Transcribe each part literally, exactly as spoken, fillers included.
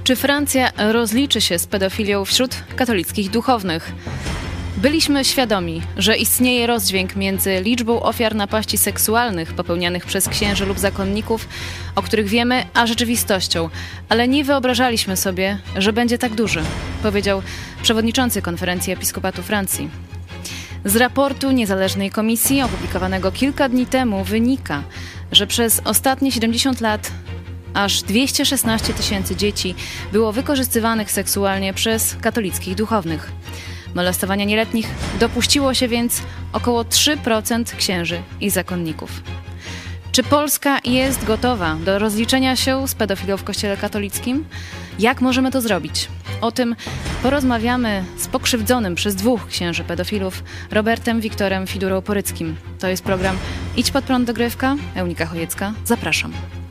Czy Francja rozliczy się z pedofilią wśród katolickich duchownych? Byliśmy świadomi, że istnieje rozdźwięk między liczbą ofiar napaści seksualnych popełnianych przez księży lub zakonników, o których wiemy, a rzeczywistością, ale nie wyobrażaliśmy sobie, że będzie tak duży, powiedział przewodniczący Konferencji Episkopatu Francji. Z raportu niezależnej komisji opublikowanego kilka dni temu wynika, że przez ostatnie siedemdziesiąt lat aż dwieście szesnaście tysięcy dzieci było wykorzystywanych seksualnie przez katolickich duchownych. Molestowania nieletnich dopuściło się więc około trzy procent księży i zakonników. Czy Polska jest gotowa do rozliczenia się z pedofilią w Kościele katolickim? Jak możemy to zrobić? O tym porozmawiamy z pokrzywdzonym przez dwóch księży pedofilów, Robertem Wiktorem Fidurą-Poryckim. To jest program Idź Pod Prąd Dogrywka. Eunika Chojecka. Zapraszam.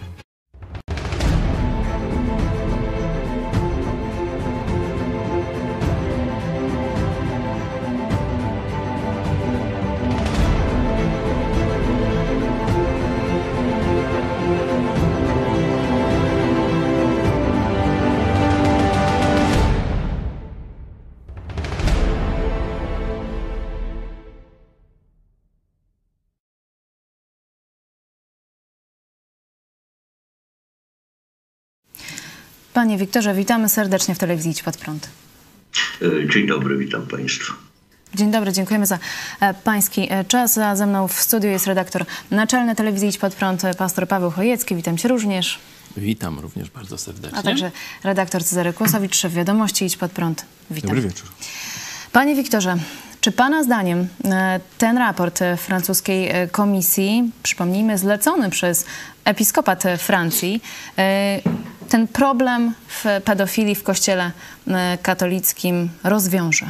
Panie Wiktorze, witamy serdecznie w telewizji Idź Pod Prąd. Dzień dobry, witam Państwa. Dzień dobry, dziękujemy za pański czas. A ze mną w studiu jest redaktor naczelny telewizji Idź Pod Prąd, pastor Paweł Chojecki. Witam cię również. Witam również bardzo serdecznie. A także redaktor Cezary Kłosowicz, szef Wiadomości Idź Pod Prąd. Witam. Dobry wieczór. Panie Wiktorze, czy pana zdaniem ten raport francuskiej komisji, przypomnijmy, zlecony przez Episkopat Francji, ten problem w pedofilii w Kościele katolickim rozwiąże?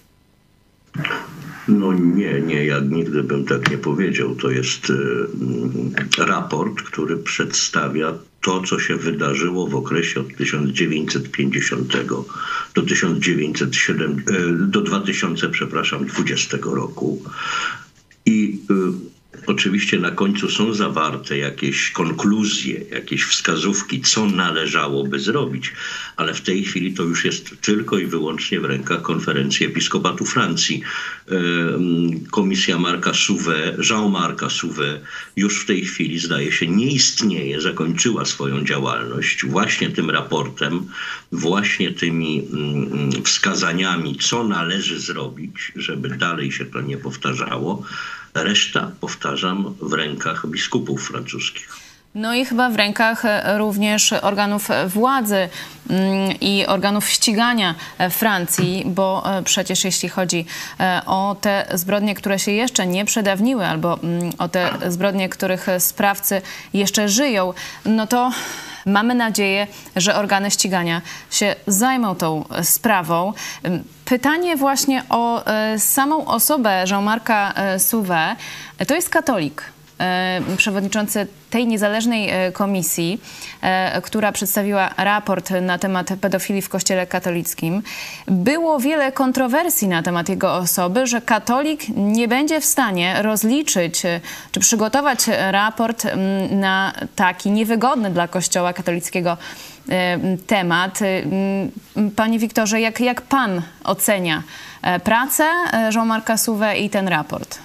No nie, nie, ja nigdy bym tak nie powiedział. To jest y, raport, który przedstawia to, co się wydarzyło w okresie od tysiąc dziewięćset pięćdziesiątego do tysiąc dziewięćset siedem, y, do dwa tysiące, przepraszam, dwudziestego roku. I y, oczywiście na końcu są zawarte jakieś konkluzje, jakieś wskazówki, co należałoby zrobić, ale w tej chwili to już jest tylko i wyłącznie w rękach Konferencji Episkopatu Francji. Komisja Marca Sauvé, Jean-Marca Sauvé już w tej chwili, zdaje się, nie istnieje, zakończyła swoją działalność właśnie tym raportem, właśnie tymi wskazaniami, co należy zrobić, żeby dalej się to nie powtarzało. Reszta, powtarzam, w rękach biskupów francuskich. No i chyba w rękach również organów władzy i organów ścigania Francji, bo przecież jeśli chodzi o te zbrodnie, które się jeszcze nie przedawniły, albo o te zbrodnie, których sprawcy jeszcze żyją, no to mamy nadzieję, że organy ścigania się zajmą tą sprawą. Pytanie właśnie o samą osobę Jean-Marca Sauvé. To jest katolik, przewodniczący tej niezależnej komisji, która przedstawiła raport na temat pedofilii w Kościele katolickim. Było wiele kontrowersji na temat jego osoby, że katolik nie będzie w stanie rozliczyć czy przygotować raport na taki niewygodny dla Kościoła katolickiego temat. Panie Wiktorze, jak, jak pan ocenia pracę Jean-Marca Sauvé i ten raport?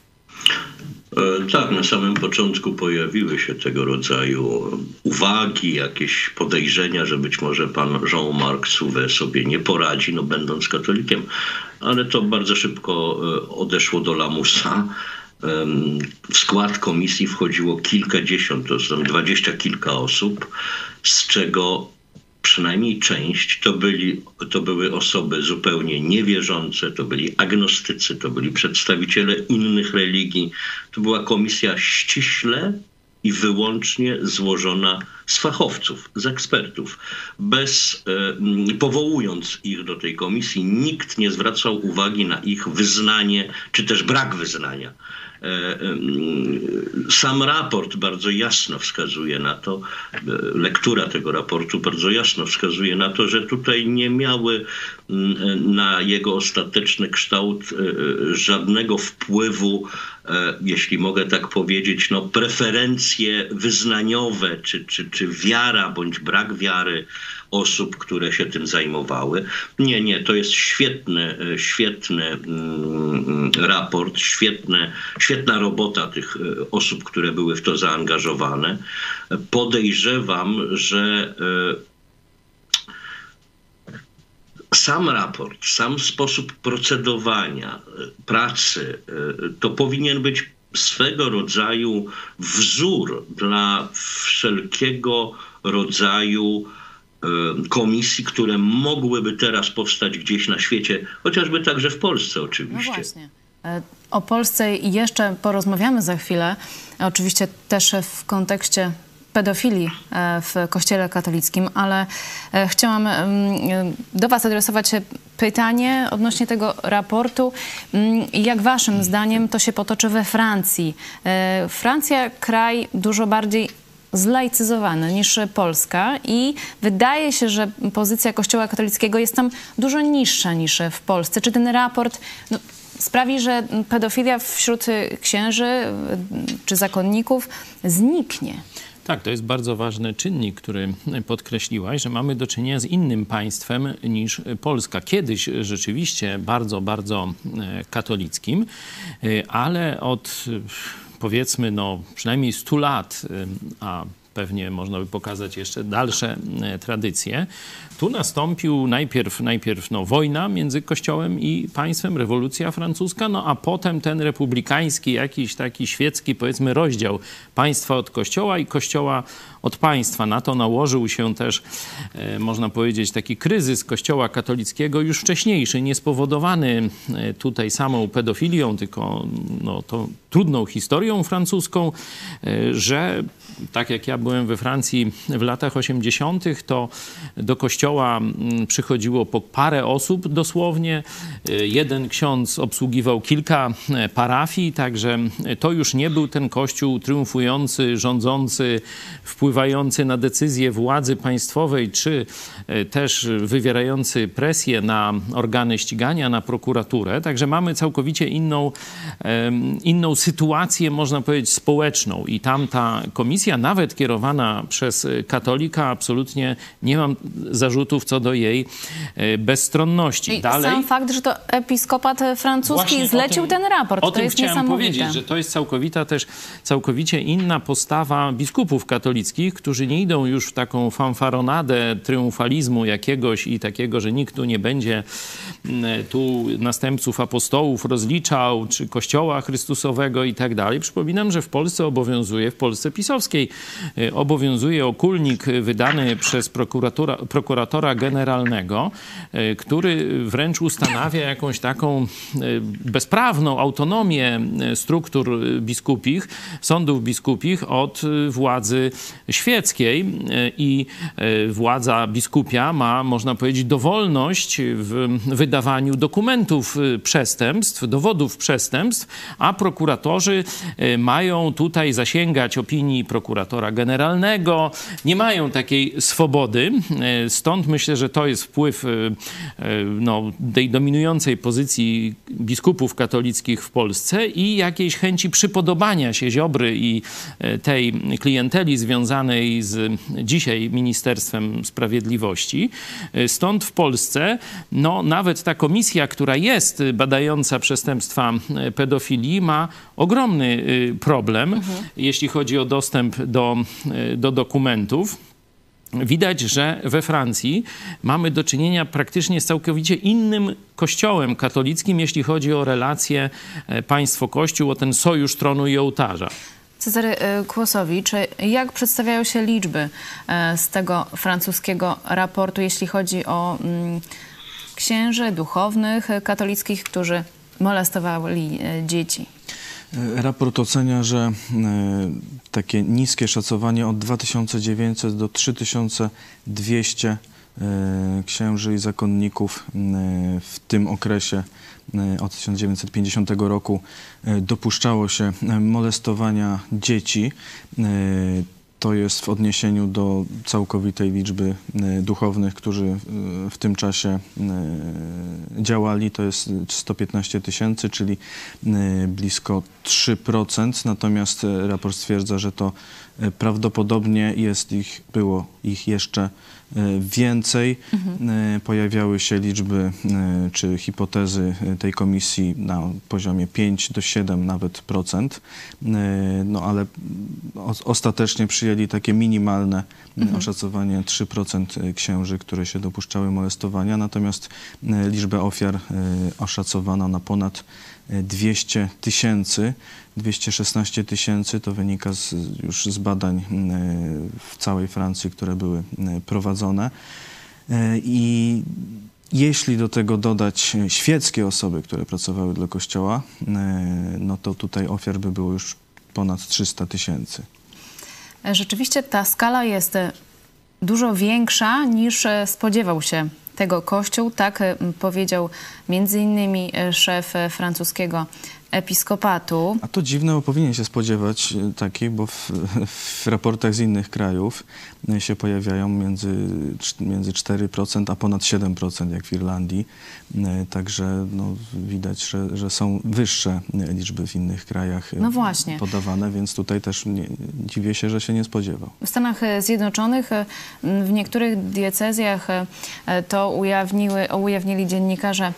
Tak, na samym początku pojawiły się tego rodzaju uwagi, jakieś podejrzenia, że być może pan Jean-Marc Sauvé sobie nie poradzi, no będąc katolikiem, ale to bardzo szybko odeszło do lamusa. W skład komisji wchodziło kilkadziesiąt, to są dwadzieścia kilka osób, z czego przynajmniej część to, byli, to były osoby zupełnie niewierzące, to byli agnostycy, to byli przedstawiciele innych religii. To była komisja ściśle i wyłącznie złożona z fachowców, z ekspertów. Bez, e, powołując ich do tej komisji, nikt nie zwracał uwagi na ich wyznanie, czy też brak wyznania. Sam raport bardzo jasno wskazuje na to, lektura tego raportu bardzo jasno wskazuje na to, że tutaj nie miały na jego ostateczny kształt żadnego wpływu, jeśli mogę tak powiedzieć, no, preferencje wyznaniowe czy, czy, czy czy wiara bądź brak wiary osób, które się tym zajmowały. Nie, nie, to jest świetny, świetny mm, raport, świetne, świetna robota tych osób, które były w to zaangażowane. Podejrzewam, że y, sam raport, sam sposób procedowania, pracy, to powinien być swego rodzaju wzór dla wszelkiego rodzaju komisji, które mogłyby teraz powstać gdzieś na świecie, chociażby także w Polsce oczywiście. No właśnie. O Polsce jeszcze porozmawiamy za chwilę. Oczywiście też w kontekście pedofilii w Kościele katolickim, ale chciałam do was adresować pytanie odnośnie tego raportu. Jak waszym zdaniem to się potoczy we Francji? Francja, kraj dużo bardziej zlaicyzowany niż Polska i wydaje się, że pozycja Kościoła katolickiego jest tam dużo niższa niż w Polsce. Czy ten raport no, sprawi, że pedofilia wśród księży czy zakonników zniknie? Tak, to jest bardzo ważny czynnik, który podkreśliłaś, że mamy do czynienia z innym państwem niż Polska. Kiedyś rzeczywiście bardzo, bardzo katolickim, ale od powiedzmy no przynajmniej stu lat, a pewnie można by pokazać jeszcze dalsze tradycje. Tu nastąpił najpierw, najpierw no, wojna między Kościołem i państwem, rewolucja francuska, no a potem ten republikański, jakiś taki świecki, powiedzmy, rozdział państwa od Kościoła i Kościoła od państwa. Na to nałożył się też, e, można powiedzieć, taki kryzys Kościoła katolickiego już wcześniejszy, niespowodowany tutaj samą pedofilią, tylko no, tą trudną historią francuską, e, że tak jak ja byłem we Francji w latach osiemdziesiątych, to do kościoła przychodziło po parę osób dosłownie. Jeden ksiądz obsługiwał kilka parafii, także to już nie był ten kościół triumfujący, rządzący, wpływający na decyzje władzy państwowej, czy też wywierający presję na organy ścigania, na prokuraturę. Także mamy całkowicie inną, inną sytuację, można powiedzieć, społeczną. I tam ta komisja, nawet kierowana przez katolika, absolutnie nie mam zarzutów co do jej bezstronności. I Dalej, sam fakt, że to episkopat francuski Właśnie zlecił tym, ten raport, o to tym jest chciałem niesamowite. powiedzieć, że to jest całkowita też, całkowicie inna postawa biskupów katolickich, którzy nie idą już w taką fanfaronadę triumfalizmu jakiegoś i takiego, że nikt tu nie będzie tu następców apostołów rozliczał, czy Kościoła Chrystusowego i tak dalej. Przypominam, że w Polsce obowiązuje, w Polsce pisowskiej obowiązuje okulnik wydany przez prokuratora, prokuratora generalnego, który wręcz ustanawia jakąś taką bezprawną autonomię struktur biskupich, sądów biskupich od władzy świeckiej i władza biskupia ma, można powiedzieć, dowolność w wydawaniu dokumentów przestępstw, dowodów przestępstw, a prokuratorzy mają tutaj zasięgać opinii prokuratora generalnego, nie mają takiej swobody. Stąd myślę, że to jest wpływ no, tej dominującej pozycji biskupów katolickich w Polsce i jakiejś chęci przypodobania się Ziobry i tej klienteli związanej z dzisiaj Ministerstwem Sprawiedliwości. Stąd w Polsce no, nawet ta komisja, która jest badająca przestępstwa pedofilii, ma ogromny problem, mhm. jeśli chodzi o dostęp do, do dokumentów. Widać, że we Francji mamy do czynienia praktycznie z całkowicie innym kościołem katolickim, jeśli chodzi o relacje państwo-kościół, o ten sojusz tronu i ołtarza. Cezary Kłosowicz, jak przedstawiają się liczby z tego francuskiego raportu, jeśli chodzi o księży, duchownych katolickich, którzy molestowali dzieci? Raport ocenia, że takie niskie szacowanie od dwa tysiące dziewięćset do trzy tysiące dwieście księży i zakonników w tym okresie od tysiąc dziewięćset pięćdziesiątego roku dopuszczało się molestowania dzieci. to jest w odniesieniu do całkowitej liczby duchownych, którzy w tym czasie działali, to jest sto piętnaście tysięcy, czyli blisko trzy procent. Natomiast raport stwierdza, że to prawdopodobnie jest ich, było ich jeszcze więcej. Mhm. Pojawiały się liczby czy hipotezy tej komisji na poziomie pięć do siedmiu nawet procent, no ale ostatecznie przyjęli takie minimalne mhm. oszacowanie trzy procent księży, które się dopuszczały molestowania, natomiast liczbę ofiar oszacowano na ponad dwieście tysięcy. dwieście szesnaście tysięcy to wynika z, już z badań w całej Francji, które były prowadzone. I jeśli do tego dodać świeckie osoby, które pracowały dla Kościoła, no to tutaj ofiar by było już ponad trzysta tysięcy. Rzeczywiście ta skala jest dużo większa niż spodziewał się tego Kościół. Tak powiedział między innymi szef francuskiego episkopatu. A to dziwne, bo powinien się spodziewać takiej, bo w, w raportach z innych krajów się pojawiają między, między cztery procent a ponad siedem procent, jak w Irlandii. Także no, widać, że, że są wyższe liczby w innych krajach no właśnie. podawane, więc tutaj też nie, dziwię się, że się nie spodziewał. W Stanach Zjednoczonych w niektórych diecezjach to ujawniły, ujawnili dziennikarze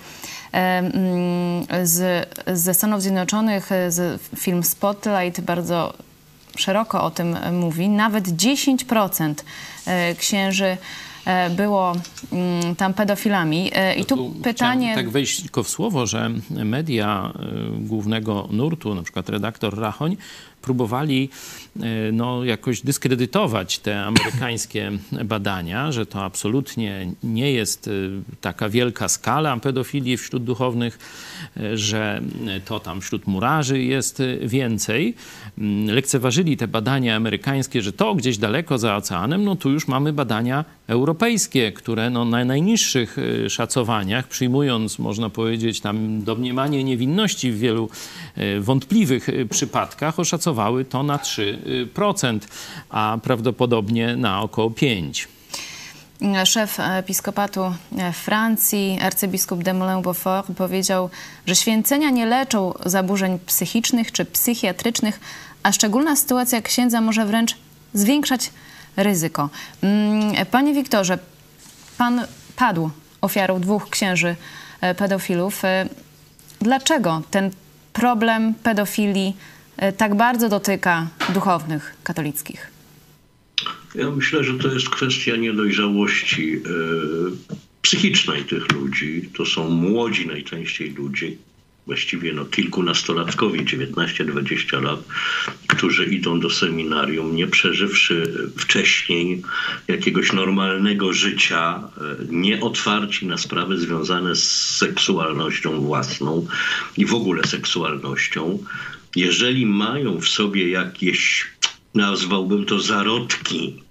z, ze Stanów Zjednoczonych, z film Spotlight bardzo szeroko o tym mówi. Nawet dziesięć procent księży było tam pedofilami. I tu no tu pytanie... tak wejść tylko w słowo, że media głównego nurtu, na przykład redaktor Rachoń, próbowali no, jakoś dyskredytować te amerykańskie badania, że to absolutnie nie jest taka wielka skala pedofilii wśród duchownych, że to tam wśród murarzy jest więcej. Lekceważyli te badania amerykańskie, że to gdzieś daleko za oceanem, no tu już mamy badania europejskie, które no, na najniższych szacowaniach, przyjmując, można powiedzieć, tam domniemanie niewinności w wielu wątpliwych przypadkach, oszacowały to na trzy procent, a prawdopodobnie na około pięć procent. Szef episkopatu Francji, arcybiskup de Moulin-Beaufort, powiedział, że święcenia nie leczą zaburzeń psychicznych czy psychiatrycznych, a szczególna sytuacja księdza może wręcz zwiększać ryzyko. Panie Wiktorze, pan padł ofiarą dwóch księży pedofilów. Dlaczego ten problem pedofilii tak bardzo dotyka duchownych katolickich? Ja myślę, że to jest kwestia niedojrzałości yy, psychicznej tych ludzi. To są młodzi najczęściej ludzie, właściwie no kilkunastolatkowie, dziewiętnaście dwadzieścia lat, którzy idą do seminarium, nie przeżywszy wcześniej jakiegoś normalnego życia, nie otwarci na sprawy związane z seksualnością własną i w ogóle seksualnością. Jeżeli mają w sobie jakieś, nazwałbym to zarodki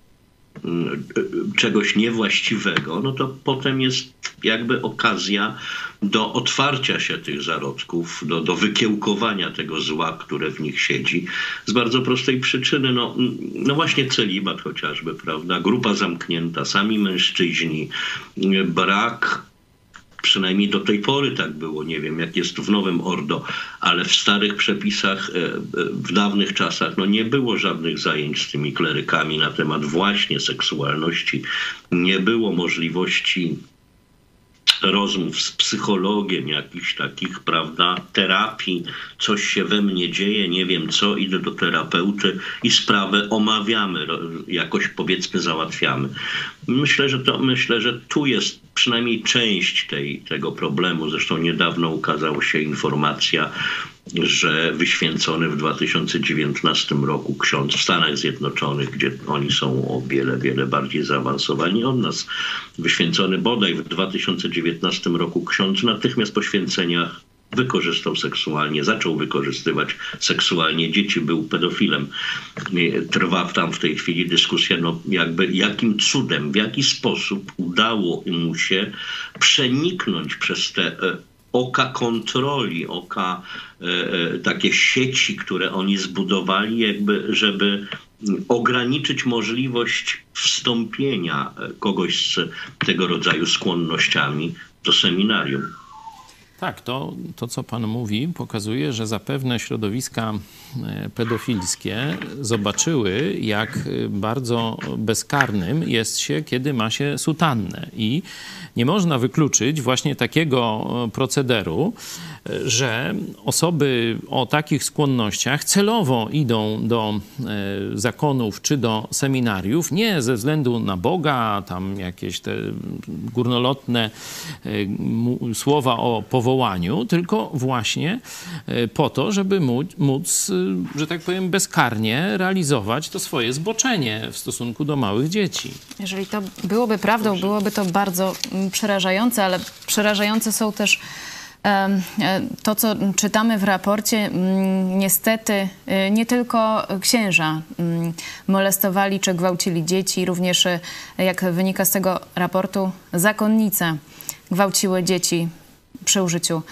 czegoś niewłaściwego, no to potem jest jakby okazja do otwarcia się tych zarodków, do, do wykiełkowania tego zła, które w nich siedzi. Z bardzo prostej przyczyny, no, no właśnie celibat chociażby, prawda? Grupa zamknięta, sami mężczyźni, brak, przynajmniej do tej pory tak było, nie wiem jak jest w Nowym Ordo, ale w starych przepisach, w dawnych czasach, no nie było żadnych zajęć z tymi klerykami na temat właśnie seksualności. Nie było możliwości rozmów z psychologiem, jakichś takich, prawda, terapii, coś się we mnie dzieje, nie wiem co, idę do terapeuty i sprawę omawiamy, jakoś powiedzmy załatwiamy. Myślę, że to, myślę, że tu jest przynajmniej część tej, tego problemu. Zresztą niedawno ukazała się informacja, że wyświęcony w dwa tysiące dziewiętnastym roku ksiądz w Stanach Zjednoczonych, gdzie oni są o wiele, wiele bardziej zaawansowani od nas, wyświęcony bodaj w dwa tysiące dziewiętnastym roku ksiądz natychmiast po święceniach wykorzystał seksualnie, zaczął wykorzystywać seksualnie dzieci, był pedofilem. Trwa tam w tej chwili dyskusja, no jakby jakim cudem, w jaki sposób udało mu się przeniknąć przez te oka kontroli, oka e, takie sieci, które oni zbudowali, jakby żeby ograniczyć możliwość wstąpienia kogoś z tego rodzaju skłonnościami do seminarium. Tak, to, to co pan mówi pokazuje, że zapewne środowiska pedofilskie zobaczyły, jak bardzo bezkarnym jest się, kiedy ma się sutannę. I nie można wykluczyć właśnie takiego procederu, że osoby o takich skłonnościach celowo idą do zakonów czy do seminariów, nie ze względu na Boga, tam jakieś te górnolotne słowa o powołaniu, tylko właśnie po to, żeby móc, że tak powiem, bezkarnie realizować to swoje zboczenie w stosunku do małych dzieci. Jeżeli to byłoby prawdą, byłoby to bardzo przerażające, ale przerażające są też to, co czytamy w raporcie. Niestety nie tylko księża molestowali czy gwałcili dzieci, również, jak wynika z tego raportu, zakonnice gwałciły dzieci przy użyciu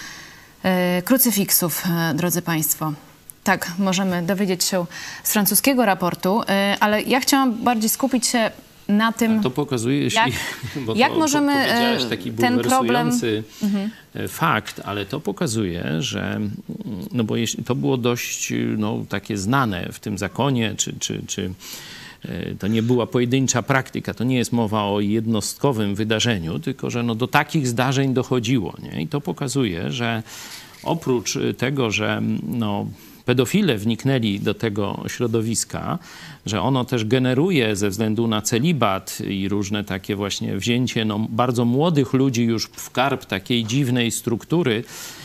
krucyfiksów, drodzy państwo. Tak, możemy dowiedzieć się z francuskiego raportu, ale ja chciałam bardziej skupić się na tym, a to pokazuje, jeśli, jak, bo jak to możemy powiedziałeś taki ten problem... Mhm. fakt, ale to pokazuje, że no bo jeśli, to było dość no, takie znane w tym zakonie, czy, czy, czy to nie była pojedyncza praktyka, to nie jest mowa o jednostkowym wydarzeniu, tylko że no, do takich zdarzeń dochodziło. Nie? I to pokazuje, że oprócz tego, że no, pedofile wniknęli do tego środowiska, że ono też generuje ze względu na celibat i różne takie właśnie wzięcie no, bardzo młodych ludzi już w karb takiej dziwnej struktury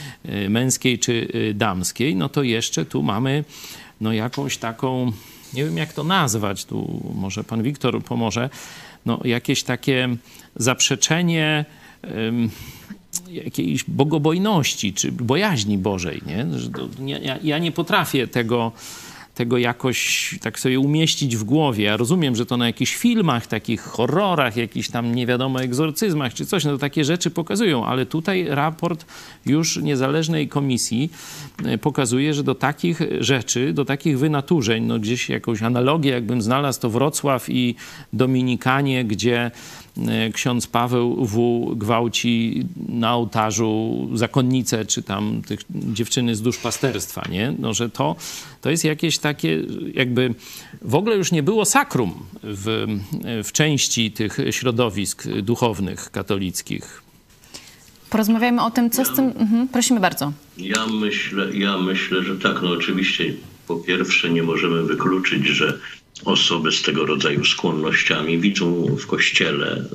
męskiej czy damskiej, no to jeszcze tu mamy no, jakąś taką, nie wiem jak to nazwać, tu może pan Wiktor pomoże, no, jakieś takie zaprzeczenie um, jakiejś bogobojności czy bojaźni Bożej. Nie? Ja, ja nie potrafię tego, tego jakoś tak sobie umieścić w głowie. Ja rozumiem, że to na jakichś filmach, takich horrorach, jakichś tam nie wiadomo egzorcyzmach czy coś, no to takie rzeczy pokazują, ale tutaj raport już niezależnej komisji pokazuje, że do takich rzeczy, do takich wynaturzeń, no gdzieś jakąś analogię jakbym znalazł, to Wrocław i Dominikanie, gdzie ksiądz Paweł W. gwałci na ołtarzu zakonnicę, czy tam tych dziewczyny z duszpasterstwa, nie? No, że to, to jest jakieś takie, jakby w ogóle już nie było sakrum w, w części tych środowisk duchownych katolickich. Porozmawiajmy o tym, co ja, z tym... Mhm, prosimy bardzo. Ja myślę, ja myślę, że tak, no oczywiście po pierwsze nie możemy wykluczyć, że osoby z tego rodzaju skłonnościami widzą w Kościele,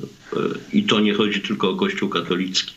i to nie chodzi tylko o Kościół katolicki,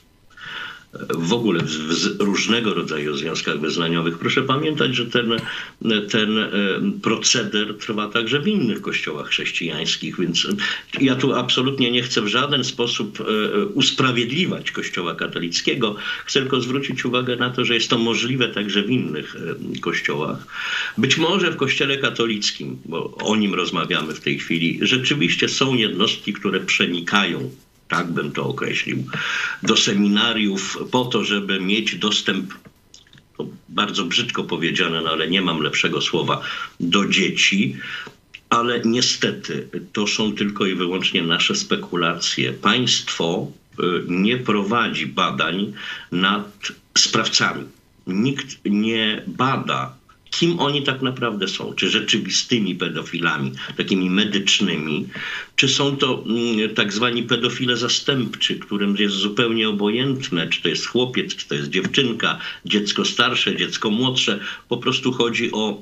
w ogóle w, w różnego rodzaju związkach wyznaniowych. Proszę pamiętać, że ten, ten proceder trwa także w innych kościołach chrześcijańskich, więc ja tu absolutnie nie chcę w żaden sposób usprawiedliwiać Kościoła katolickiego. Chcę tylko zwrócić uwagę na to, że jest to możliwe także w innych kościołach. Być może w Kościele katolickim, bo o nim rozmawiamy w tej chwili, rzeczywiście są jednostki, które przenikają, tak bym to określił, do seminariów po to, żeby mieć dostęp, to bardzo brzydko powiedziane, no ale nie mam lepszego słowa, do dzieci, ale niestety to są tylko i wyłącznie nasze spekulacje. Państwo nie prowadzi badań nad sprawcami. Nikt nie bada, kim oni tak naprawdę są. Czy rzeczywistymi pedofilami, takimi medycznymi, czy są to mm, tak zwani pedofile zastępczy, którym jest zupełnie obojętne, czy to jest chłopiec, czy to jest dziewczynka, dziecko starsze, dziecko młodsze. Po prostu chodzi o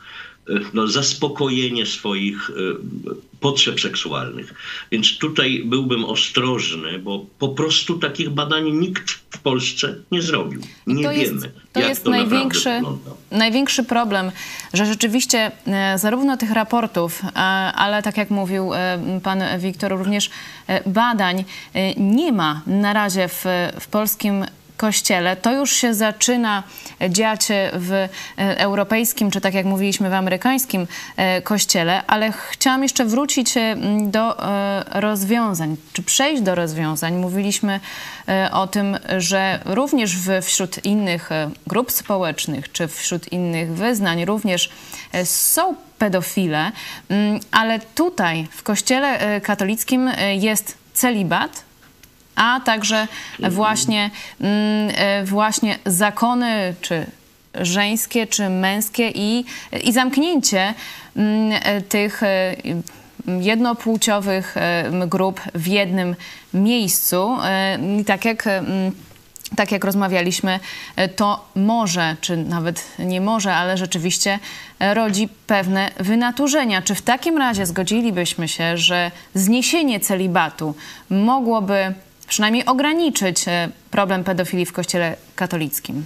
no, zaspokojenie swoich y, potrzeb seksualnych. Więc tutaj byłbym ostrożny, bo po prostu takich badań nikt w Polsce nie zrobił. Nie to wiemy, jest, to jak jest to największy, wygląda. największy problem, że rzeczywiście e, zarówno tych raportów, e, ale tak jak mówił e, pan Wiktor, również e, badań e, nie ma na razie w, w polskim Kościele. To już się zaczyna dziać w europejskim, czy tak jak mówiliśmy w amerykańskim Kościele, ale chciałam jeszcze wrócić do rozwiązań, czy przejść do rozwiązań. Mówiliśmy o tym, że również w, wśród innych grup społecznych, czy wśród innych wyznań również są pedofile, ale tutaj w Kościele katolickim jest celibat, a także właśnie, właśnie zakony, czy żeńskie, czy męskie i, i zamknięcie tych jednopłciowych grup w jednym miejscu. I tak jak, tak jak rozmawialiśmy, to może, czy nawet nie może, ale rzeczywiście rodzi pewne wynaturzenia. Czy w takim razie zgodzilibyśmy się, że zniesienie celibatu mogłoby przynajmniej ograniczyć problem pedofilii w Kościele katolickim?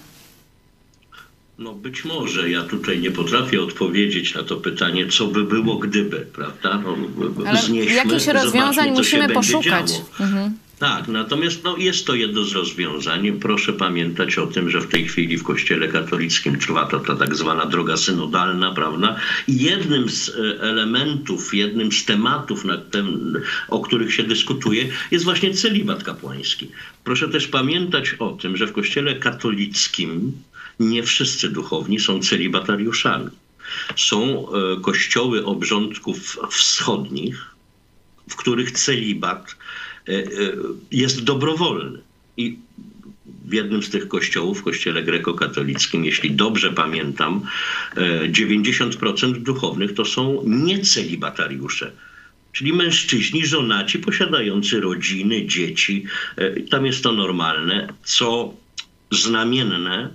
No być może. Ja tutaj nie potrafię odpowiedzieć na to pytanie, co by było gdyby, prawda? No, ale jakichś rozwiązań musimy poszukać. Mhm. Tak, natomiast no, jest to jedno z rozwiązań. Proszę pamiętać o tym, że w tej chwili w Kościele katolickim trwa to ta tak zwana droga synodalna, prawda? I jednym z elementów, jednym z tematów, nad tym, o których się dyskutuje, jest właśnie celibat kapłański. Proszę też pamiętać o tym, że w Kościele katolickim nie wszyscy duchowni są celibatariuszami. Są e, kościoły obrządków wschodnich, w których celibat e, e, jest dobrowolny. I w jednym z tych kościołów, w kościele grekokatolickim, jeśli dobrze pamiętam, e, dziewięćdziesiąt procent duchownych to są niecelibatariusze. Czyli mężczyźni, żonaci, posiadający rodziny, dzieci. E, tam jest to normalne, co znamienne.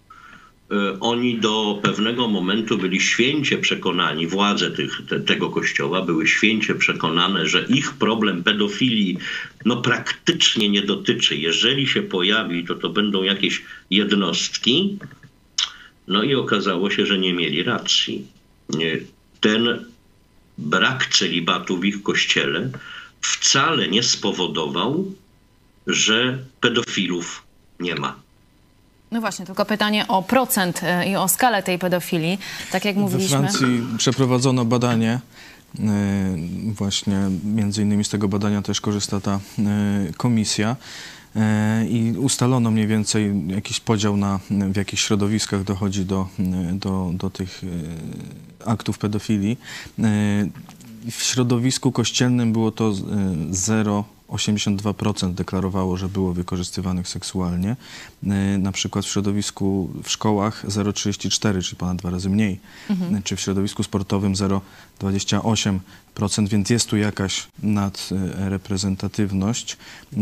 Oni do pewnego momentu byli święcie przekonani, władze tych, te, tego kościoła były święcie przekonane, że ich problem pedofilii no, praktycznie nie dotyczy. Jeżeli się pojawi, to to będą jakieś jednostki. No i okazało się, że nie mieli racji. Ten brak celibatu w ich kościele wcale nie spowodował, że pedofilów nie ma. No właśnie, tylko pytanie o procent i o skalę tej pedofilii. Tak jak mówiliśmy. We Francji przeprowadzono badanie, właśnie między innymi z tego badania też korzysta ta komisja i ustalono mniej więcej jakiś podział na w jakich środowiskach dochodzi do, do, do tych aktów pedofilii. W środowisku kościelnym było to zero przecinek osiemdziesiąt dwa procent deklarowało, że było wykorzystywanych seksualnie. Na przykład w środowisku, w szkołach zero przecinek trzydzieści cztery procent, czyli ponad dwa razy mniej. Mhm. Czy w środowisku sportowym zero przecinek dwadzieścia osiem procent, więc jest tu jakaś nadreprezentatywność.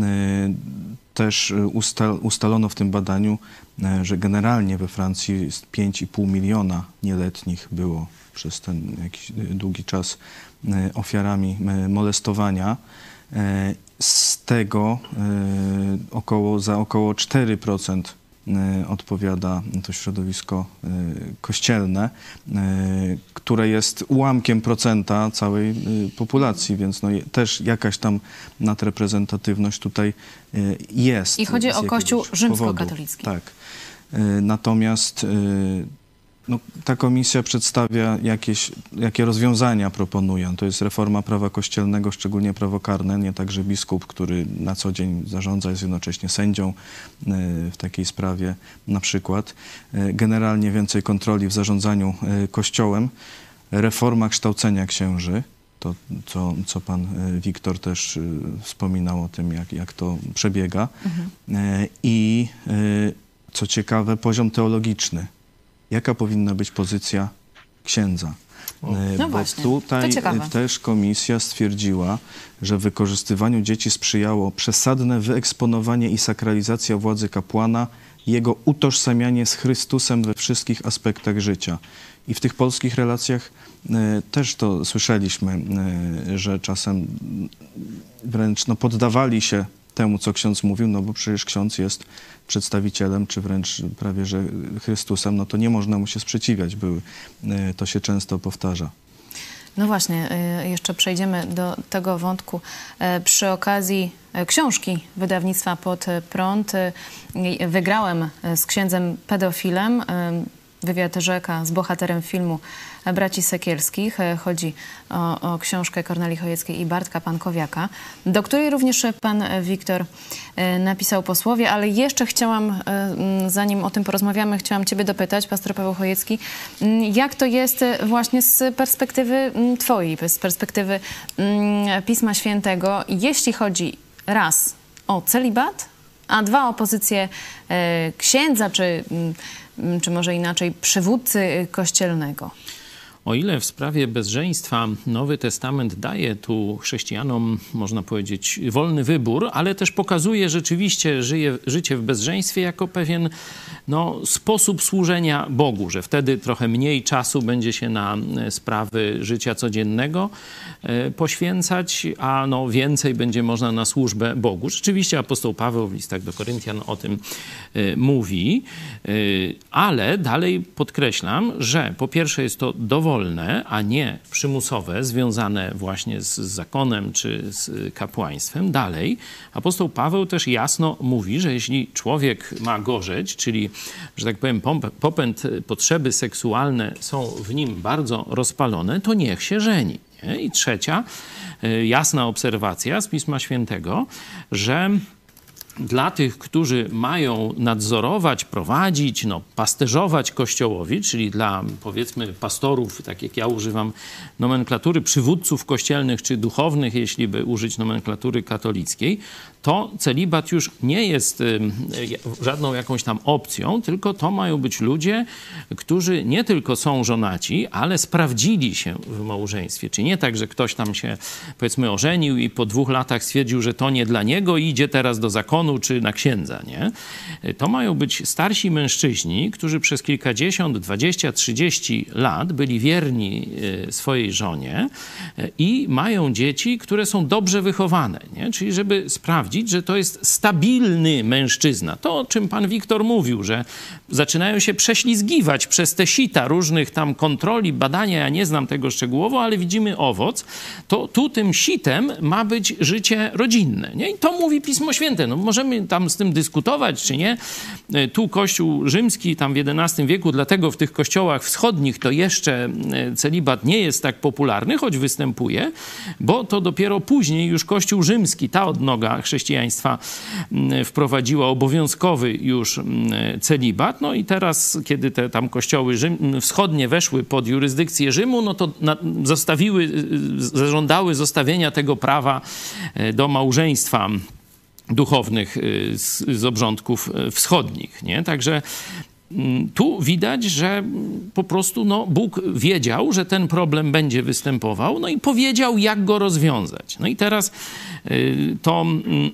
Też ustal, ustalono w tym badaniu, że generalnie we Francji pięć i pół miliona nieletnich było przez ten jakiś długi czas ofiarami molestowania. Z tego około, za około cztery procent odpowiada to środowisko kościelne, które jest ułamkiem procenta całej populacji, więc no też jakaś tam nadreprezentatywność tutaj jest. I chodzi o Kościół rzymskokatolicki. Tak. Natomiast no, ta komisja przedstawia jakieś, jakie rozwiązania proponuje. To jest reforma prawa kościelnego, szczególnie prawo karne, nie tak, że biskup, który na co dzień zarządza, jest jednocześnie sędzią w takiej sprawie na przykład. Generalnie więcej kontroli w zarządzaniu Kościołem. Reforma kształcenia księży. To, co, co pan Wiktor też wspominał o tym, jak, jak to przebiega. Mhm. I co ciekawe, poziom teologiczny. Jaka powinna być pozycja księdza? No Bo właśnie, tutaj też komisja stwierdziła, że wykorzystywaniu dzieci sprzyjało przesadne wyeksponowanie i sakralizacja władzy kapłana, jego utożsamianie z Chrystusem we wszystkich aspektach życia. I w tych polskich relacjach e, też to słyszeliśmy, e, że czasem wręcz no, poddawali się temu, co ksiądz mówił, no bo przecież ksiądz jest przedstawicielem, czy wręcz prawie że Chrystusem, no to nie można mu się sprzeciwiać, były, to się często powtarza. No właśnie, jeszcze przejdziemy do tego wątku przy okazji książki wydawnictwa Pod Prąd. Wygrałem z księdzem pedofilem. Wywiad rzeka z bohaterem filmu Braci Sekielskich. Chodzi o, o książkę Kornelii Chojeckiej i Bartka Pankowiaka, do której również pan Wiktor napisał posłowie, ale jeszcze chciałam, zanim o tym porozmawiamy, chciałam ciebie dopytać, pastor Paweł Chojecki, jak to jest właśnie z perspektywy twojej, z perspektywy Pisma Świętego, jeśli chodzi raz o celibat, a dwa o pozycję księdza, czy czy może inaczej, przywódcy kościelnego? O ile w sprawie bezżeństwa Nowy Testament daje tu chrześcijanom, można powiedzieć, wolny wybór, ale też pokazuje rzeczywiście żyje, życie w bezżeństwie jako pewien no, sposób służenia Bogu, że wtedy trochę mniej czasu będzie się na sprawy życia codziennego e, poświęcać, a no, więcej będzie można na służbę Bogu. Rzeczywiście apostoł Paweł w listach do Koryntian o tym e, mówi, e, ale dalej podkreślam, że po pierwsze jest to dowolne, a nie przymusowe, związane właśnie z zakonem czy z kapłaństwem. Dalej, apostoł Paweł też jasno mówi, że jeśli człowiek ma gorzeć, czyli, że tak powiem, popęd, potrzeby seksualne są w nim bardzo rozpalone, to niech się żeni. Nie? I trzecia, jasna obserwacja z Pisma Świętego, że dla tych, którzy mają nadzorować, prowadzić, no, pasterzować Kościołowi, czyli dla, powiedzmy, pastorów, tak jak ja używam nomenklatury, przywódców kościelnych czy duchownych, jeśli by użyć nomenklatury katolickiej, to celibat już nie jest y, żadną jakąś tam opcją, tylko to mają być ludzie, którzy nie tylko są żonaci, ale sprawdzili się w małżeństwie. Czyli nie tak, że ktoś tam się, powiedzmy, ożenił i po dwóch latach stwierdził, że to nie dla niego i idzie teraz do zakonu czy na księdza, nie? To mają być starsi mężczyźni, którzy przez kilkadziesiąt, dwadzieścia, trzydzieści lat byli wierni swojej żonie i mają dzieci, które są dobrze wychowane, nie? Czyli żeby sprawdzić, że to jest stabilny mężczyzna. To, o czym pan Wiktor mówił, że zaczynają się prześlizgiwać przez te sita różnych tam kontroli, badania, ja nie znam tego szczegółowo, ale widzimy owoc, to tu tym sitem ma być życie rodzinne, nie? I to mówi Pismo Święte. No możemy tam z tym dyskutować, czy nie. Tu Kościół rzymski, tam w jedenastym wieku, dlatego w tych kościołach wschodnich to jeszcze celibat nie jest tak popularny, choć występuje, bo to dopiero później już Kościół rzymski, ta odnoga chrześcijaństwa wprowadziła obowiązkowy już celibat. No i teraz, kiedy te tam kościoły Rzym, wschodnie weszły pod jurysdykcję Rzymu, no to na, zostawiły, zażądały zostawienia tego prawa do małżeństwa duchownych z, z obrządków wschodnich, nie? Także tu widać, że po prostu no, Bóg wiedział, że ten problem będzie występował, no i powiedział, jak go rozwiązać. No i teraz to,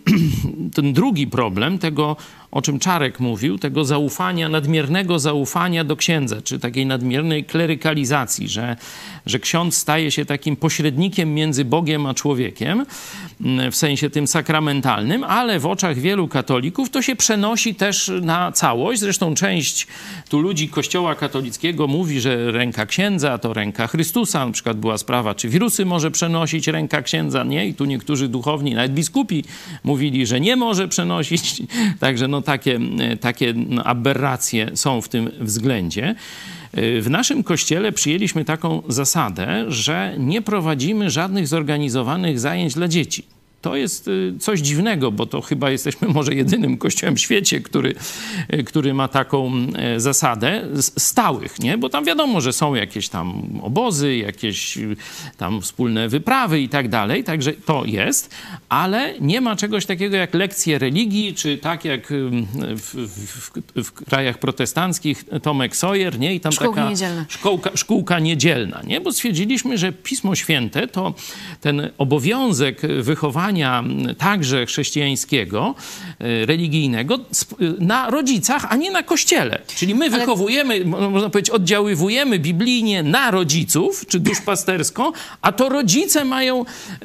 ten drugi problem tego, o czym Czarek mówił, tego zaufania, nadmiernego zaufania do księdza, czy takiej nadmiernej klerykalizacji, że, że ksiądz staje się takim pośrednikiem między Bogiem a człowiekiem, w sensie tym sakramentalnym, ale w oczach wielu katolików to się przenosi też na całość. Zresztą część tu ludzi Kościoła katolickiego mówi, że ręka księdza to ręka Chrystusa. Na przykład była sprawa, czy wirusy może przenosić ręka księdza, nie? I tu niektórzy duchowni, nawet biskupi mówili, że nie może przenosić. Także no takie, takie aberracje są w tym względzie. W naszym kościele przyjęliśmy taką zasadę, że nie prowadzimy żadnych zorganizowanych zajęć dla dzieci. To jest coś dziwnego, bo to chyba jesteśmy może jedynym kościołem w świecie, który, który ma taką zasadę stałych, nie? Bo tam wiadomo, że są jakieś tam obozy, jakieś tam wspólne wyprawy i tak dalej, także to jest, ale nie ma czegoś takiego jak lekcje religii, czy tak jak w, w, w krajach protestanckich Tomek Sawyer, nie? I tam Szkółka taka niedzielna. Szkółka, szkółka niedzielna, nie? Bo stwierdziliśmy, że Pismo Święte to ten obowiązek wychowania także chrześcijańskiego, religijnego na rodzicach, a nie na kościele. Czyli my Ale... wychowujemy, można powiedzieć, oddziaływujemy biblijnie na rodziców, czy duszpastersko, a to rodzice mają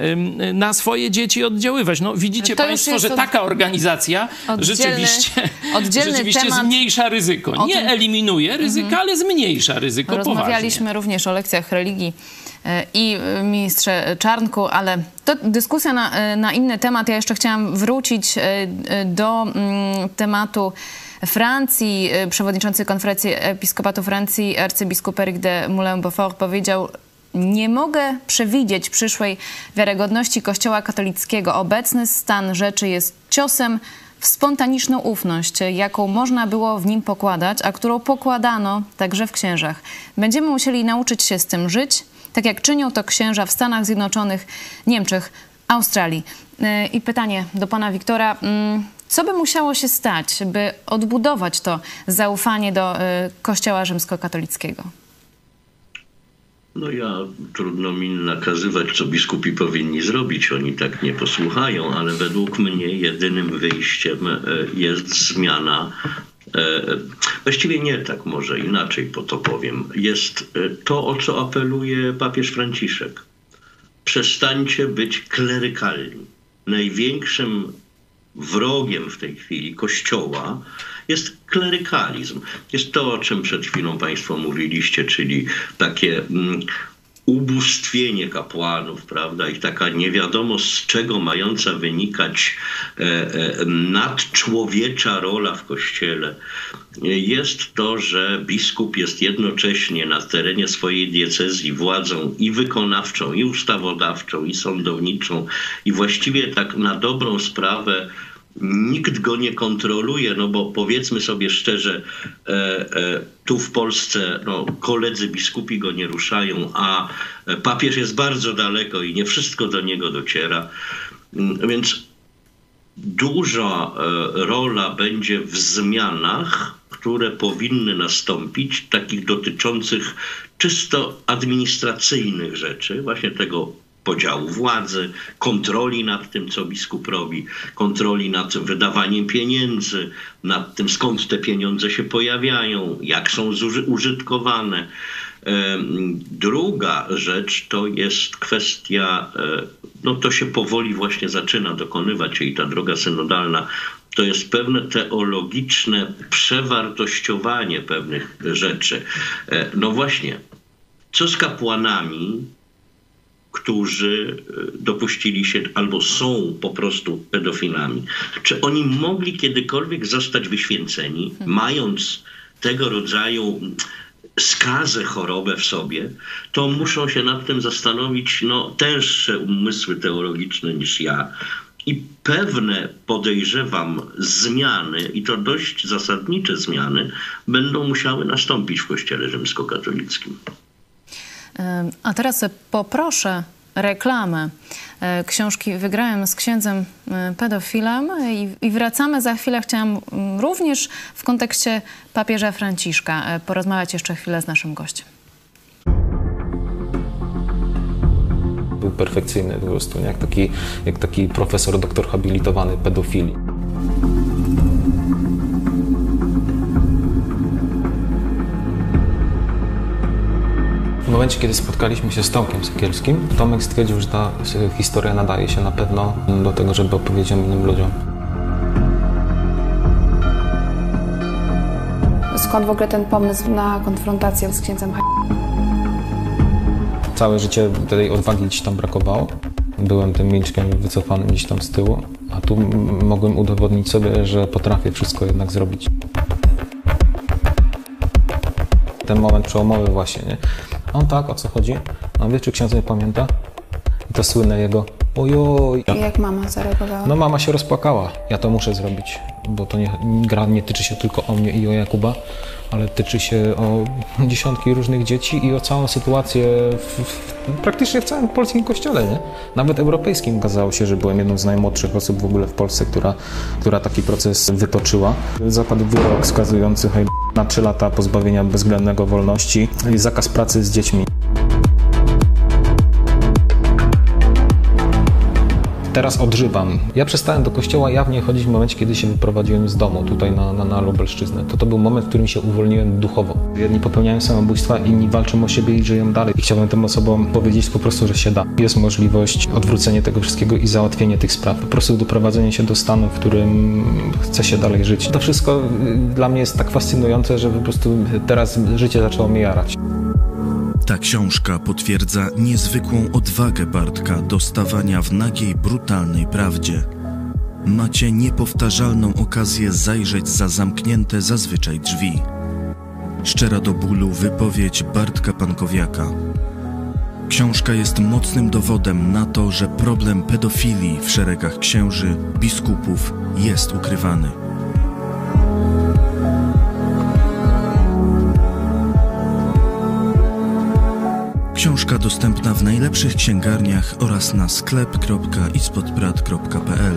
na swoje dzieci oddziaływać. No widzicie to państwo, że od... taka organizacja oddzielny, rzeczywiście, rzeczywiście temat. zmniejsza ryzyko. Nie tym... eliminuje ryzyka, mhm. ale zmniejsza ryzyko. Rozmawialiśmy poważnie. również o lekcjach religii i ministrze Czarnku, ale to dyskusja na, na inny temat. Ja jeszcze chciałam wrócić do tematu Francji. Przewodniczący Konferencji Episkopatu Francji, arcybiskup Eric de Moulin-Beaufort powiedział: nie mogę przewidzieć przyszłej wiarygodności Kościoła katolickiego. Obecny stan rzeczy jest ciosem w spontaniczną ufność, jaką można było w nim pokładać, a którą pokładano także w księżach. Będziemy musieli nauczyć się z tym żyć, tak jak czynią to księża w Stanach Zjednoczonych, Niemczech, Australii. I pytanie do pana Wiktora. Co by musiało się stać, by odbudować to zaufanie do Kościoła rzymskokatolickiego? No ja, trudno mi nakazywać, co biskupi powinni zrobić. Oni tak nie posłuchają, ale według mnie jedynym wyjściem jest zmiana. Właściwie nie tak, może inaczej po to powiem. Jest to, o co apeluje papież Franciszek. Przestańcie być klerykalni. Największym wrogiem w tej chwili Kościoła jest klerykalizm. Jest to, o czym przed chwilą państwo mówiliście, czyli takie mm, ubóstwienie kapłanów, prawda, i taka nie wiadomo z czego mająca wynikać e, e, nadczłowiecza rola w Kościele. Jest to, że biskup jest jednocześnie na terenie swojej diecezji władzą i wykonawczą, i ustawodawczą, i sądowniczą, i właściwie tak na dobrą sprawę nikt go nie kontroluje, no bo powiedzmy sobie szczerze, e, e, tu w Polsce no, koledzy biskupi go nie ruszają, a papież jest bardzo daleko i nie wszystko do niego dociera. Więc duża e, rola będzie w zmianach, które powinny nastąpić, takich dotyczących czysto administracyjnych rzeczy, właśnie tego podziału władzy, kontroli nad tym, co biskup robi, kontroli nad wydawaniem pieniędzy, nad tym, skąd te pieniądze się pojawiają, jak są użytkowane. Druga rzecz to jest kwestia, no to się powoli właśnie zaczyna dokonywać, czyli ta droga synodalna, to jest pewne teologiczne przewartościowanie pewnych rzeczy. No właśnie, co z kapłanami, którzy dopuścili się albo są po prostu pedofilami? Czy oni mogli kiedykolwiek zostać wyświęceni, mając tego rodzaju skazę, chorobę w sobie? To muszą się nad tym zastanowić no, tęższe umysły teologiczne niż ja. I pewne, podejrzewam, zmiany, i to dość zasadnicze zmiany, będą musiały nastąpić w Kościele rzymskokatolickim. A teraz poproszę reklamę książki Wygrałem z księdzem pedofilem i, i wracamy za chwilę. Chciałam również w kontekście papieża Franciszka porozmawiać jeszcze chwilę z naszym gościem. Był perfekcyjny po prostu, jak taki, jak taki profesor, doktor habilitowany pedofilii. W momencie, kiedy spotkaliśmy się z Tomkiem Sekielskim, Tomek stwierdził, że ta historia nadaje się na pewno do tego, żeby opowiedzieć innym ludziom. Skąd w ogóle ten pomysł na konfrontację z księdzem? Całe życie tej odwagi gdzieś tam brakowało. Byłem tym milczkiem wycofanym gdzieś tam z tyłu, a tu mogłem udowodnić sobie, że potrafię wszystko jednak zrobić. Ten moment przełomowy właśnie, nie? A on tak, o co chodzi? A wie, czy ksiądz nie pamięta? I to słynne jego ojoj. I jak mama zareagowała? No mama się rozpłakała. Ja to muszę zrobić, bo to nie, gra nie tyczy się tylko o mnie i o Jakuba, ale tyczy się o dziesiątki różnych dzieci i o całą sytuację w, w, praktycznie w całym polskim kościele, nie? Nawet europejskim. Okazało się, że byłem jedną z najmłodszych osób w ogóle w Polsce, która, która taki proces wytoczyła. Zapadł wyrok skazujący na trzy lata pozbawienia bezwzględnego wolności i zakaz pracy z dziećmi. Teraz odżywam. Ja przestałem do kościoła jawnie chodzić w momencie, kiedy się wyprowadziłem z domu, tutaj na, na, na Lubelszczyznę. To to był moment, w którym się uwolniłem duchowo. Jedni popełniają samobójstwa, inni walczą o siebie i żyją dalej. I chciałbym tym osobom powiedzieć po prostu, że się da. Jest możliwość odwrócenia tego wszystkiego i załatwienia tych spraw. Po prostu doprowadzenie się do stanu, w którym chce się dalej żyć. To wszystko dla mnie jest tak fascynujące, że po prostu teraz życie zaczęło mnie jarać. Ta książka potwierdza niezwykłą odwagę Bartka do stawania w nagiej, brutalnej prawdzie. Macie niepowtarzalną okazję zajrzeć za zamknięte zazwyczaj drzwi. Szczera do bólu wypowiedź Bartka Pankowiaka. Książka jest mocnym dowodem na to, że problem pedofilii w szeregach księży, biskupów jest ukrywany. Książka dostępna w najlepszych księgarniach oraz na sklep kropka ispodprat kropka p l.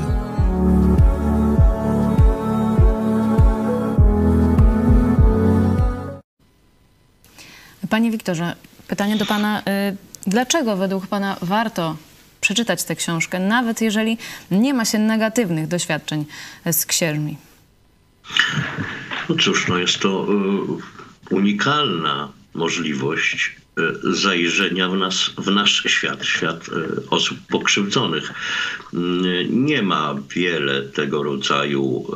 Panie Wiktorze, pytanie do pana. Dlaczego według pana warto przeczytać tę książkę, nawet jeżeli nie ma się negatywnych doświadczeń z księżmi? No cóż, no jest to y, unikalna możliwość y, zajrzenia w, nas, w nasz świat, świat y, osób pokrzywdzonych. Y, nie ma wiele tego rodzaju,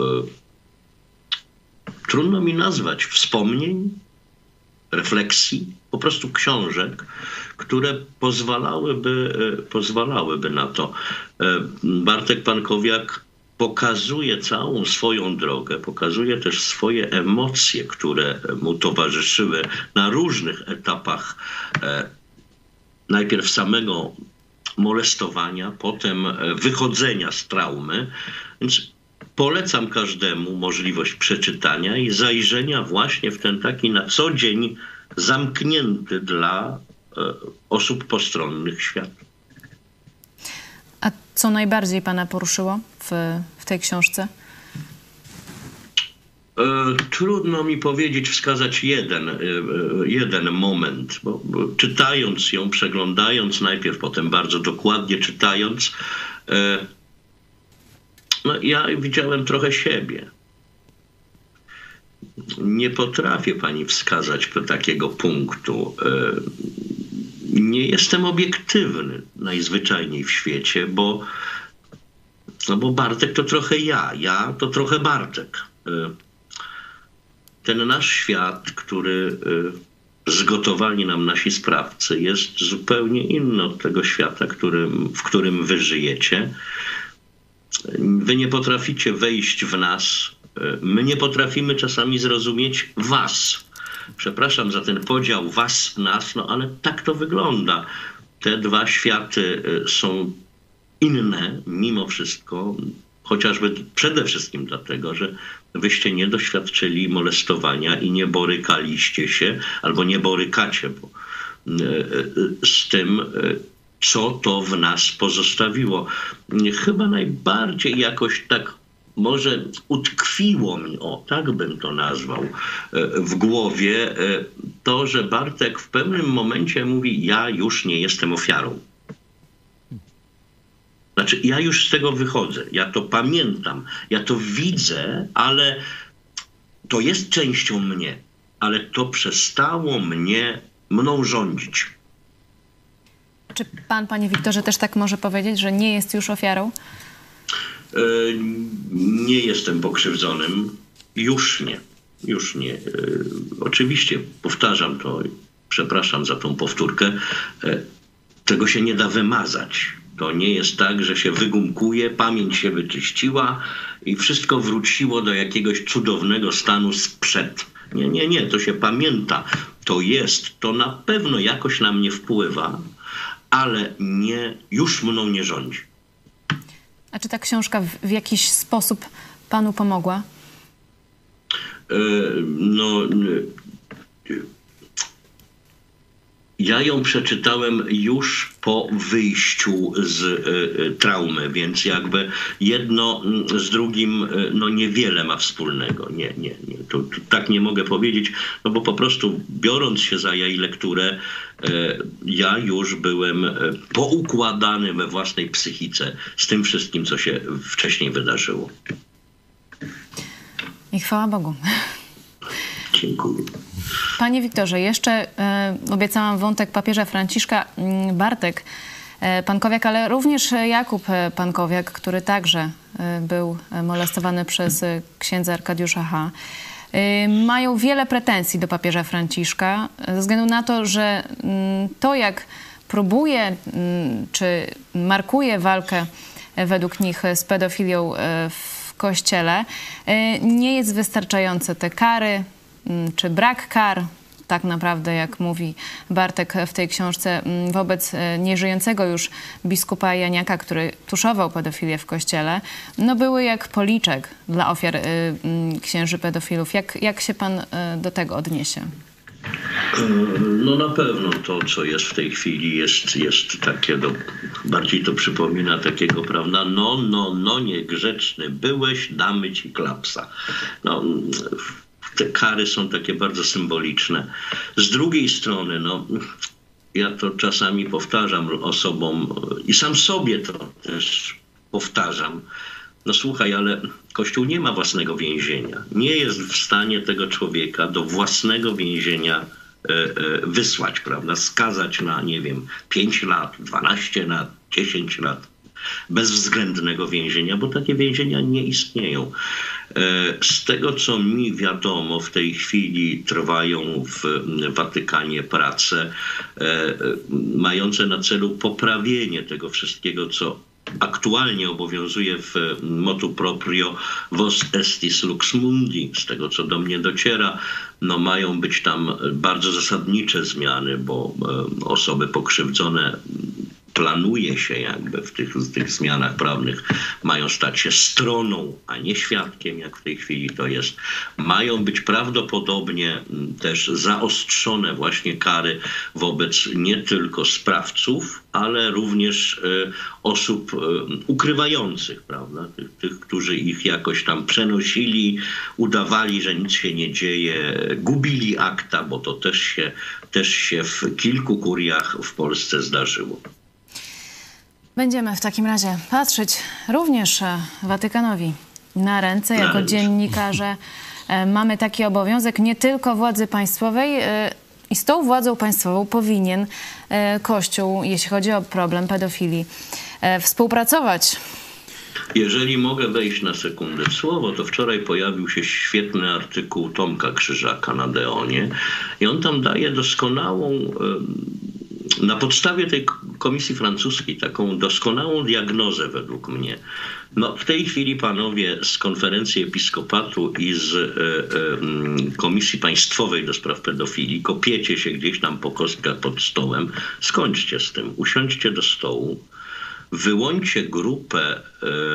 y, trudno mi nazwać, wspomnień, refleksji, po prostu książek, które pozwalałyby, pozwalałyby na to. Bartek Pankowiak pokazuje całą swoją drogę, pokazuje też swoje emocje, które mu towarzyszyły na różnych etapach najpierw samego molestowania, potem wychodzenia z traumy. Więc polecam każdemu możliwość przeczytania i zajrzenia właśnie w ten taki na co dzień zamknięty dla e, osób postronnych świat. A co najbardziej pana poruszyło w, w tej książce? E, trudno mi powiedzieć, wskazać jeden, e, jeden moment, bo, bo czytając ją, przeglądając najpierw, potem bardzo dokładnie czytając, e, no, ja widziałem trochę siebie. Nie potrafię pani wskazać takiego punktu. Nie jestem obiektywny najzwyczajniej w świecie, bo, no bo Bartek to trochę ja, ja to trochę Bartek. Ten nasz świat, który zgotowali nam nasi sprawcy, jest zupełnie inny od tego świata, którym, w którym wy żyjecie. Wy nie potraficie wejść w nas. My nie potrafimy czasami zrozumieć was. Przepraszam za ten podział was, nas, no ale tak to wygląda. Te dwa światy są inne mimo wszystko, chociażby przede wszystkim dlatego, że wyście nie doświadczyli molestowania i nie borykaliście się, albo nie borykacie bo, z tym, co to w nas pozostawiło. Chyba najbardziej jakoś tak może utkwiło mi, o tak bym to nazwał, w głowie to, że Bartek w pewnym momencie mówi: ja już nie jestem ofiarą. Znaczy, ja już z tego wychodzę, ja to pamiętam, ja to widzę, ale to jest częścią mnie, ale to przestało mnie, mną rządzić. Czy pan, panie Wiktorze, też tak może powiedzieć, że nie jest już ofiarą? Nie jestem pokrzywdzonym. Już nie. Już nie. Oczywiście, powtarzam to, przepraszam za tą powtórkę, tego się nie da wymazać. To nie jest tak, że się wygumkuje, pamięć się wyczyściła i wszystko wróciło do jakiegoś cudownego stanu sprzed. Nie, nie, nie. To się pamięta. To jest. To na pewno jakoś na mnie wpływa, ale nie, już mną nie rządzi. A czy ta książka w, w jakiś sposób panu pomogła? No, ja ją przeczytałem już po wyjściu z traumy, więc jakby jedno z drugim no niewiele ma wspólnego. Nie, nie, nie. To, to tak nie mogę powiedzieć, no bo po prostu biorąc się za jej lekturę, ja już byłem poukładany we własnej psychice z tym wszystkim, co się wcześniej wydarzyło. I chwała Bogu. Dziękuję. Panie Wiktorze, jeszcze y, obiecałam wątek papieża Franciszka. y, Bartek y, Pankowiak, ale również Jakub Pankowiak, który także y, był molestowany przez y, księdza Arkadiusza H. mają wiele pretensji do papieża Franciszka ze względu na to, że to, jak próbuje czy markuje walkę według nich z pedofilią w Kościele, nie jest wystarczające. Te kary czy brak kar, tak naprawdę, jak mówi Bartek w tej książce, wobec nieżyjącego już biskupa Janiaka, który tuszował pedofilię w Kościele, no były jak policzek dla ofiar y, y, księży pedofilów. Jak, jak się pan y, do tego odniesie? No na pewno to, co jest w tej chwili, jest, jest takie, do, bardziej to przypomina takiego, prawda, no, no, no, niegrzeczny byłeś, damy ci klapsa. No, te kary są takie bardzo symboliczne. Z drugiej strony, no, ja to czasami powtarzam osobom i sam sobie to też powtarzam. No słuchaj, ale Kościół nie ma własnego więzienia. Nie jest w stanie tego człowieka do własnego więzienia e, e, wysłać, prawda? Skazać na, nie wiem, pięć lat, dwanaście lat, dziesięć lat bezwzględnego więzienia, bo takie więzienia nie istnieją. Z tego, co mi wiadomo, w tej chwili trwają w Watykanie prace mające na celu poprawienie tego wszystkiego, co aktualnie obowiązuje w motu proprio vos estis lux mundi. Z tego, co do mnie dociera, no mają być tam bardzo zasadnicze zmiany, bo osoby pokrzywdzone, planuje się jakby w tych, w tych zmianach prawnych, mają stać się stroną, a nie świadkiem, jak w tej chwili to jest. Mają być prawdopodobnie też zaostrzone właśnie kary wobec nie tylko sprawców, ale również y, osób y, ukrywających, prawda? Tych, tych, którzy ich jakoś tam przenosili, udawali, że nic się nie dzieje, gubili akta, bo to też się, też się w kilku kuriach w Polsce zdarzyło. Będziemy w takim razie patrzeć również Watykanowi na ręce. Jako dziennikarze mamy taki obowiązek nie tylko władzy państwowej. I z tą władzą państwową powinien Kościół, jeśli chodzi o problem pedofilii, współpracować. Jeżeli mogę wejść na sekundę w słowo, to wczoraj pojawił się świetny artykuł Tomka Krzyżaka na Deonie i on tam daje doskonałą, na podstawie tej komisji francuskiej, taką doskonałą diagnozę według mnie. No, w tej chwili panowie z Konferencji Episkopatu i z e, e, Komisji Państwowej do Spraw Pedofilii kopiecie się gdzieś tam po kostkach pod stołem. Skończcie z tym, usiądźcie do stołu, wyłączcie grupę e,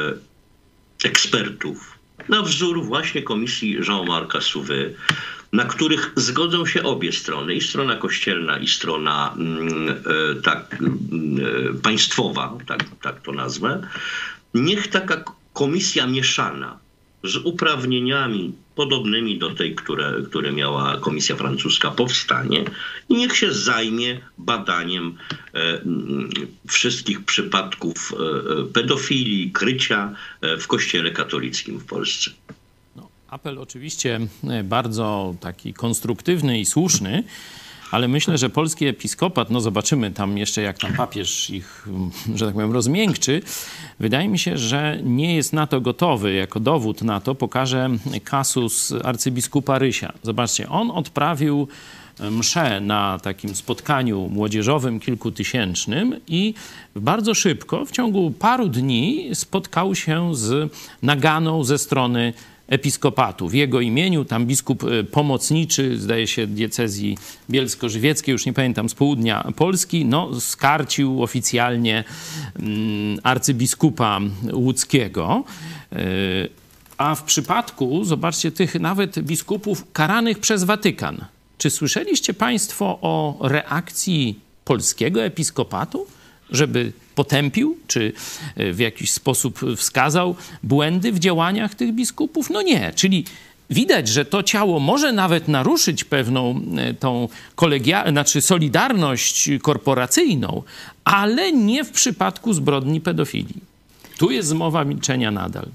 ekspertów na wzór właśnie Komisji Jean-Marca Sauvé, na których zgodzą się obie strony, i strona kościelna, i strona e, tak, e, państwowa, tak, tak to nazwę. Niech taka komisja mieszana z uprawnieniami podobnymi do tej, które, które miała komisja francuska, powstanie i niech się zajmie badaniem e, wszystkich przypadków e, pedofilii, krycia e, w Kościele katolickim w Polsce. No, apel oczywiście bardzo taki konstruktywny i słuszny, ale myślę, że polski episkopat, no zobaczymy tam jeszcze, jak tam papież ich, że tak powiem, rozmiękczy. Wydaje mi się, że nie jest na to gotowy. Jako dowód na to pokażę kasus arcybiskupa Rysia. Zobaczcie, on odprawił mszę na takim spotkaniu młodzieżowym kilkutysięcznym i bardzo szybko, w ciągu paru dni spotkał się z naganą ze strony episkopatu. W jego imieniu tam biskup pomocniczy, zdaje się, diecezji bielsko-żywieckiej, już nie pamiętam, z południa Polski, no skarcił oficjalnie mm, arcybiskupa łódzkiego. Yy, a w przypadku, zobaczcie, tych nawet biskupów karanych przez Watykan. Czy słyszeliście państwo o reakcji polskiego episkopatu, żeby potępił, czy w jakiś sposób wskazał błędy w działaniach tych biskupów? No nie. Czyli widać, że to ciało może nawet naruszyć pewną tą kolegia- znaczy solidarność korporacyjną, ale nie w przypadku zbrodni pedofilii. Tu jest zmowa milczenia nadal.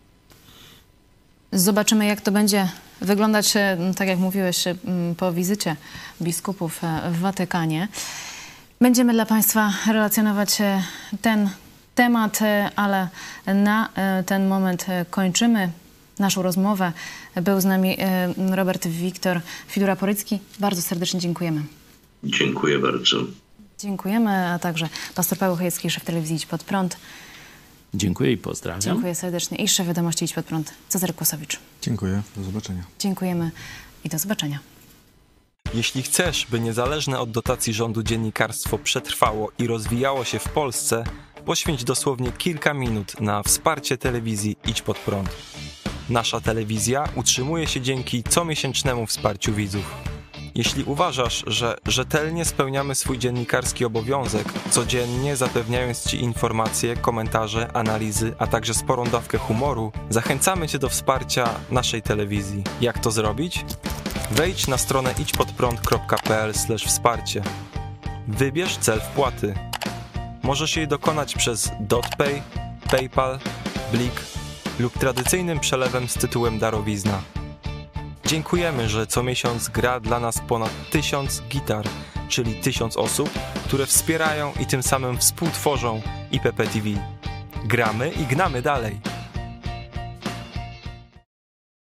Zobaczymy, jak to będzie wyglądać, tak jak mówiłeś, po wizycie biskupów w Watykanie. Będziemy dla Państwa relacjonować ten temat, ale na ten moment kończymy naszą rozmowę. Był z nami Robert Wiktor Fidura-Porycki. Bardzo serdecznie dziękujemy. Dziękuję bardzo. Dziękujemy, a także pastor Paweł Chojecki, szef telewizji Idź Pod Prąd. Dziękuję i pozdrawiam. Dziękuję serdecznie. I szef wiadomości Idź Pod Prąd, Cezary Kłosowicz. Dziękuję, do zobaczenia. Dziękujemy i do zobaczenia. Jeśli chcesz, by niezależne od dotacji rządu dziennikarstwo przetrwało i rozwijało się w Polsce, poświęć dosłownie kilka minut na wsparcie telewizji Idź Pod Prąd. Nasza telewizja utrzymuje się dzięki comiesięcznemu wsparciu widzów. Jeśli uważasz, że rzetelnie spełniamy swój dziennikarski obowiązek, codziennie zapewniając Ci informacje, komentarze, analizy, a także sporą dawkę humoru, zachęcamy Cię do wsparcia naszej telewizji. Jak to zrobić? Wejdź na stronę idźpodprąd kropka p l slash wsparcie. Wybierz cel wpłaty. Możesz jej dokonać przez DotPay, PayPal, Blik lub tradycyjnym przelewem z tytułem darowizna. Dziękujemy, że co miesiąc gra dla nas ponad tysiąc gitar, czyli tysiąc osób, które wspierają i tym samym współtworzą I P P T V. Gramy i gnamy dalej.